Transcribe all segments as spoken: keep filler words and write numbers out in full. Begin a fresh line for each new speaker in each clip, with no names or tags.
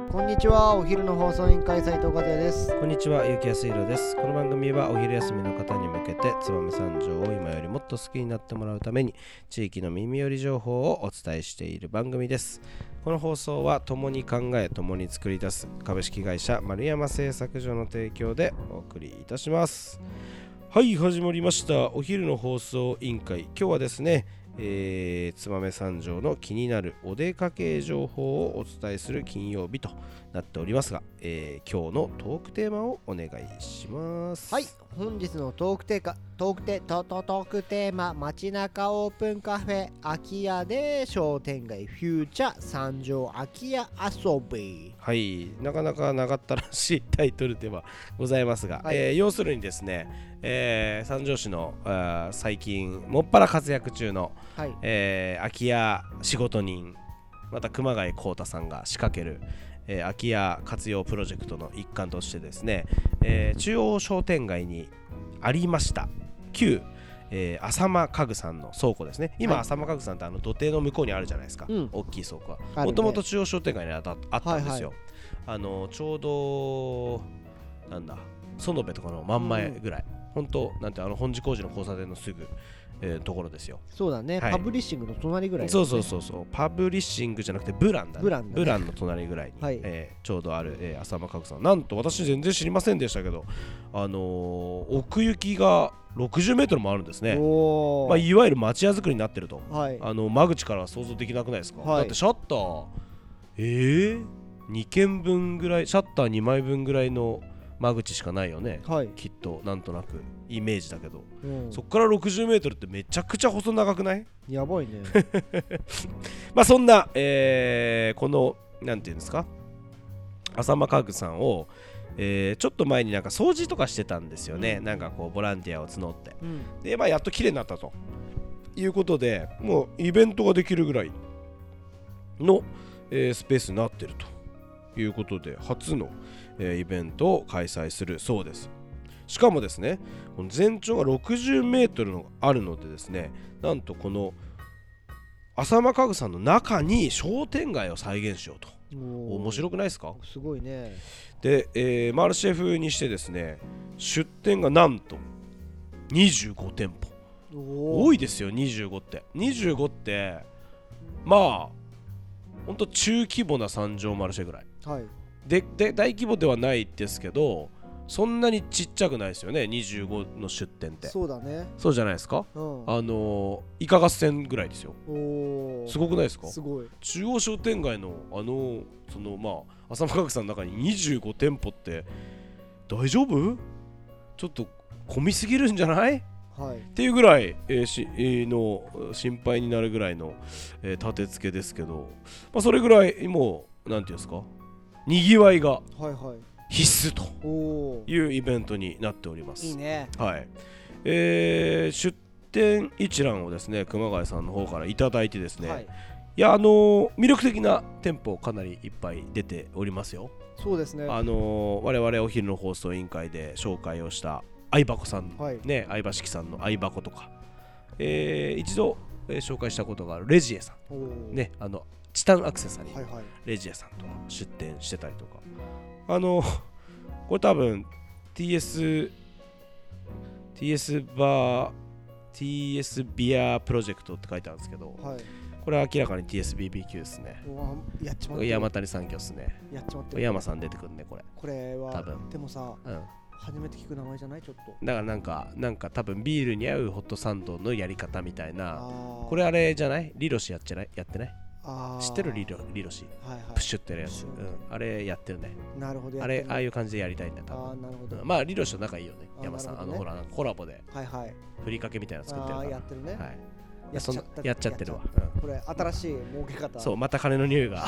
こんにちは。お昼の放送委員会斉藤和也です。
こんにちは、結城康弘です。この番組はお昼休みの方に向けて燕三条を今よりもっと好きになってもらうために地域の耳寄り情報をお伝えしている番組です。この放送は共に考え共に作り出す株式会社丸山製作所の提供でお送りいたします。はい、始まりましたお昼の放送委員会。今日はですね、えー、燕三条の気になるお出かけ情報をお伝えする金曜日となっておりますが、えー、今日のトークテーマをお願いします。
はい、本日のトークテーマトークテトトトークテーマ街中オープンカフェ空き家で商店街フューチャー三条空き家遊び。
はい、なかなか長ったらしいタイトルではございますが、はい、えー、要するにですね、えー、三条市のあ最近もっぱら活躍中の、はい、えー、空き家仕事人、また熊谷幸太さんが仕掛ける、えー、空き家活用プロジェクトの一環としてですね、えー、中央商店街にありました旧、えー、浅間家具さんの倉庫ですね。今、はい、浅間家具さんってあの土手の向こうにあるじゃないですか、うん、大きい倉庫はもともと中央商店街にあった、あったんですよ、はいはい、あのちょうどなんだ園部とかの真ん前ぐらい、うん、本当なんてあの本地工事の交差点のすぐ、えー、ところですよ。
そうだね、はい、パブリッシングの隣ぐらい、ね、
そうそうそうそう、パブリッシングじゃなくてブランだね、ブランだね、ブランの隣ぐらいに、はい、えー、ちょうどある、えー、浅間家具さん。なんと私全然知りませんでしたけど、あのー、奥行きがろくじゅうメートルもあるんですね。まあ、いわゆる町屋造りになってると、はい、あの間口からは想像できなくないですか、はい、だってシャッターえー、にけんぶんぐらい、シャッターにまいぶんぐらいの間口しかないよね、はい、きっとなんとなくイメージだけど、うん、そっからろくじゅうメートルってめちゃくちゃ細長くない？
やばいね
まあそんな、えー、このなんていうんですか、浅間家具さんを、えー、ちょっと前になんか掃除とかしてたんですよね、うん、なんかこうボランティアを募って、うん、で、まあ、やっと綺麗になったということで、もうイベントができるぐらいの、えー、スペースになってるということで、初の、えー、イベントを開催するそうです。しかもですね、この全長がろくじゅうメートルのあるのでですね、なんとこの浅間家具さんの中に商店街を再現しようと。面白くないですか？
すごいね。
で、えー、マルシェ風にしてですね、出店がなんとにじゅうごてんぽ。多いですよ、にじゅうごってにじゅうごってまあほんと中規模な三条マルシェぐらい、はい、で, で大規模ではないですけど、そんなにちっちゃくないですよね、にじゅうごの出店って。
そうだね。
そうじゃないですか、うん、あのイカ合戦ぐらいですよ。おすごくないですか？
すごい。
中央商店街のあのそのまあ浅間家具さんの中ににじゅうごてんぽって大丈夫？ちょっと混みすぎるんじゃない？はい、っていうぐらい、えーしえー、の心配になるぐらいの、えー、立て付けですけど、まあ、それぐらいもうなんていうんですか、にぎわいが必須というイベントになっております。
いいね。
はい、えー、出店一覧をですね熊谷さんの方からいただいてですね、はい、いやあのー、魅力的な店舗かなりいっぱい出ておりますよ。
そうですね。
あのー、我々お昼の放送委員会で紹介をした相箱さん、はい、ね、相葉式さんの相箱とか、えー、一度、えー、紹介したことがあるレジエさん、ね、あのチタンアクセサリー、はいはい、レジエさんとか出店してたりとか、あのこれ多分 ティーエス ティーエス バー ティーエス ビアプロジェクトって書いてあるんですけど、はい、これは明らかに ティーエスビービーキュー ですね。
やっちまってる。
山谷産業ですね。
やっちまってる。
山さん出てくるねこれ。
これは
多分。
でもさ、うん、初めて聞く名前じゃない？ちょっと
だからなんかなんか多分ビールに合うホットサンドのやり方みたいな。これあれじゃない？リロシやってない？やってない？あ知ってるリロリロシ、はいはい、プッシュってやるやつ、うん、あれやってるね。
なるほど。
あれああいう感じでやりたいんだ多分。あなるほど、うん、まあリロシと仲いいよね山さん、ね、あのほらコラボで、はいはい、ふりかけみたいなの作ってるから。あやってるね、はい、やっちゃったやっちゃってるわ、
うん、これ新しい儲け方。
そう、また金の匂いが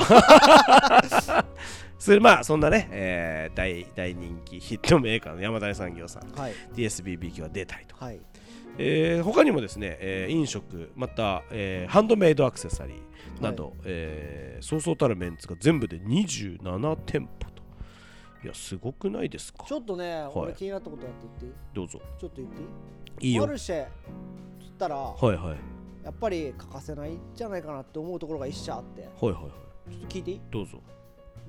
それまあそんなね、えー、大, 大人気ヒットメーカーの山谷産業さん、はい、ティーエスビービーキュー が出たりとか、はい、えー、他にもですね、えー、飲食また、えー、ハンドメイドアクセサリーなど、はい、えー、そうそうたるメンツが全部でにじゅうななてんぽと。いやすごくないですか？
ちょっとね、はい、俺気になったことあって言っていい？
どうぞ。
ちょっと言っていい？
いいよ。
マルシェつったら、はいはい、やっぱり欠かせないんじゃないかなって思うところが一社あって、はいはいはい、ちょっと聞いていい？
どうぞ。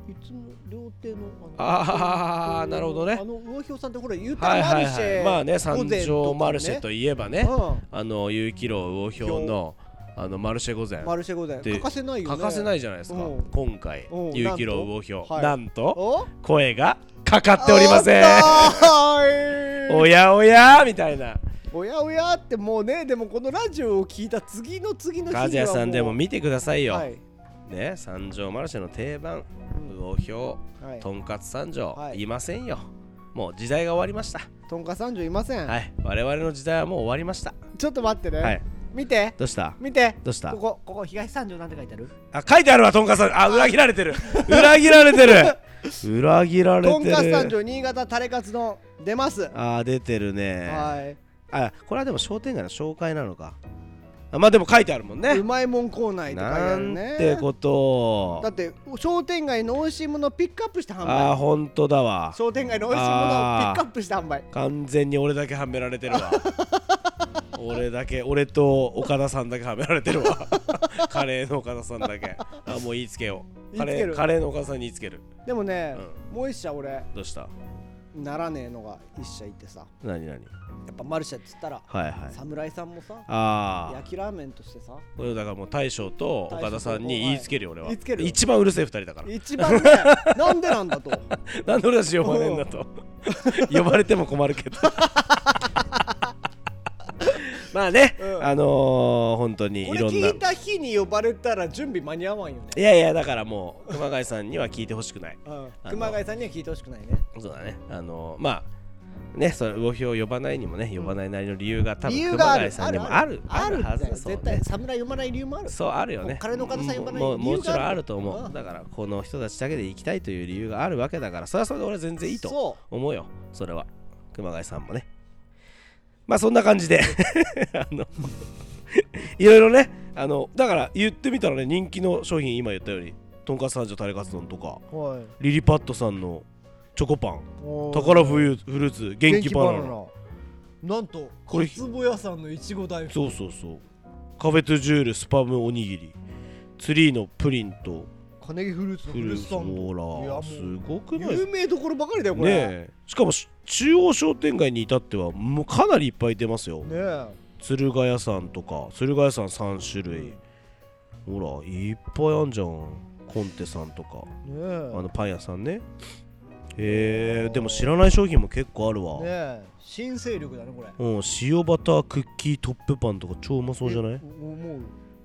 つも料亭の
ああなるほどね。
あの魚氷さんってほら言うたらマルシェ、はいはいはい、
まあね三条マルシェといえばね、うん、あの有機楼魚氷のあのマルシェ御膳
マルシェ御膳欠かせないよね。
欠かせないじゃないですか、うん、今回有機楼魚氷、はい、なんと声がかかっておりませんおやおやみたいな。
おやおやってもうね、でもこのラジオを聞いた次の次の日にはもう
和也さんでも見てくださいよ、はい、ね、三条マルシェの定番、魚氷、はい、とんかつ三条、はい、いませんよ。もう時代が終わりました。
とんかつ三条いません。
はい、我々の時代はもう終わりました。
ちょっと待ってね、
はい、
見て。
どうした？
見て。
どうした？
ここここ東三条なんて書いてある？
あ、書いてあるわ。とんかつ三条。あ、裏切られてる裏切られてる裏切られてる。
とんかつ三条新潟タレカツ丼出ます。
あー、出てるね。
はい。
あ、これはでも商店街の紹介なのか。あ、まあでも書いてあるもんね。
うまいもんコーナーって書いてあるね。
なんてこと。
だって商店街の美味しいものをピックアップして販売。
あー、ほんとだわ。
商店街の美味しいものをピックアップして販売。
完全に俺だけはめられてるわ俺だけ、俺と岡田さんだけはめられてるわカレーの岡田さんだけ。あ、もう言いつけよう。カレー、カレーの岡田さんに言いつける。
でもね、うん、もう一社俺
どうした
ならねえのが一社いてさ。
何何
やっぱマルシェっつったら、
はいはい、
侍さんもさ、
あ
焼きラーメンとしてさ、
これだからもう大将と岡田さんに言いつけるよ俺は。
言いつける。
一番うるせえ二人だから。
一番ねなんでなんだと
なんで俺たち呼ばれんだと呼ばれても困るけどまあね、うん、あのー、本当にいろんな。これ
聞いた日に呼ばれたら準備間に合わんよね。
いやいや、だからもう熊谷さんには聞いてほしくない、
うん、熊谷さんには聞いてほしくないね。
そうだね。あのー、まあね、それ魚氷を呼ばないにもね、呼ばないなりの理由が多分熊谷さんにもある
あるはず。絶対
侍
呼ばない理由もある。
そう、あるよね。
彼の岡田さん呼ばない
理由がある。も, もちろんあると思う。だからこの人たちだけで行きたいという理由があるわけだから、それはそれで俺は全然いいと思うよ。それは熊谷さんもね。まあそんな感じであのいろいろね、あのだから言ってみたらね、人気の商品今言ったようにとんかつ三条タレカツ丼とか、はい、リリパットさんのチョコパン、宝フルーツ、元気バナナ、
なんとかつぼ屋さんのいちご大福、
そうそうそう、カフェトゥジュールスパムおにぎり、ツリーのプリンと
金木フルーツのフルーツサンド。
ほら、すごくない？
有名どころばかりだよこれ。
ね、しかも中央商店街に至ってはもうかなりいっぱい出ますよ。ね、鶴ヶ谷さんとか、鶴ヶ谷さんさん種類、うん、ほらいっぱいあんじゃん。コンテさんとか、ね、あのパン屋さんね。へえ、でも知らない商品も結構あるわ。
ね、新勢力だねこれ。
うん、塩バタークッキートップパンとか超うまそうじゃない？
思う。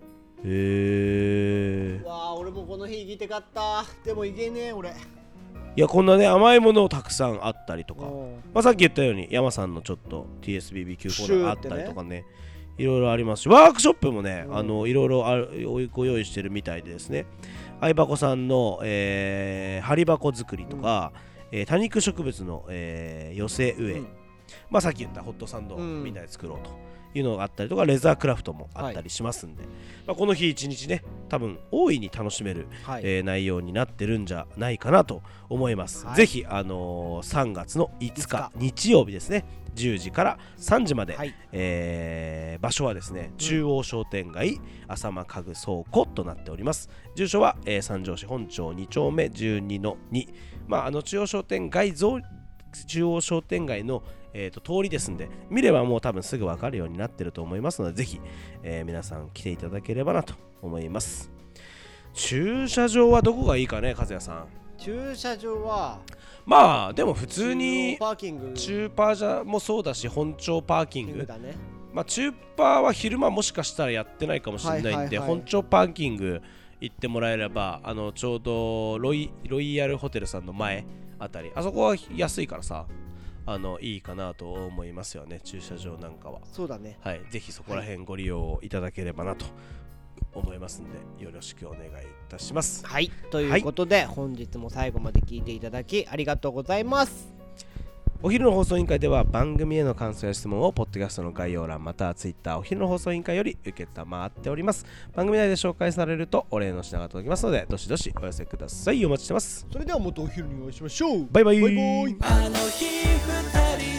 へえ。
うわー、俺もこの日行きてかった。でも行けねえ俺。
いや、こんなね甘いものたくさんあったりとか、まあ、さっき言ったように山さんのちょっと ティーエスビービーキュー コーナーあったりとかね、いろいろありますし、ワークショップもね、うん、あのいろいろあご用意してるみたいでですね、相箱さんの、えー、針箱作りとか、うん、えー、多肉植物の、えー、寄せ植え、うん、まあさっき言ったホットサンドみんなで作ろうというのがあったりとか、レザークラフトもあったりしますんで、はい、まあ、この日一日ね、多分大いに楽しめる、はい、えー、内容になってるんじゃないかなと思います、はい、ぜひ、あのー、さんがつのいつか日曜日ですね、じゅうじからさんじまで、はい、えー、場所はですね、中央商店街浅間家具倉庫となっております。住所は、えー、三条市本町に丁目じゅうにのに、まあ、あの中央商店街中央商店街のえー、と通りですんで、見ればもう多分すぐ分かるようになってると思いますので、ぜひ、えー、皆さん来ていただければなと思います。駐車場はどこがいいかね、和也さん。
駐車場は
まあでも普通に
パーキング、
中パージャもそうだし、本町パーキング
だね。
まあ中パーは昼間もしかしたらやってないかもしれないんで、はいはいはい、本町パーキング行ってもらえれば、あのちょうどロイ、ロイヤルホテルさんの前あたり、あそこは安いからさ、あのいいかなと思いますよね、駐車場なんかは。
そうだね、
はい、ぜひそこら辺ご利用いただければなと思いますので、よろしくお願いいたします。
はい、ということで、はい、本日も最後まで聞いていただきありがとうございます。
お昼の放送委員会では番組への感想や質問をポッドキャストの概要欄またはツイッターお昼の放送委員会より受けたまっております。番組内で紹介されるとお礼の品が届きますので、どしどしお寄せください。お待ちしてます。
それではまたお昼にお会いしましょう。
バイバイ。
バイバイ。あの日ふたり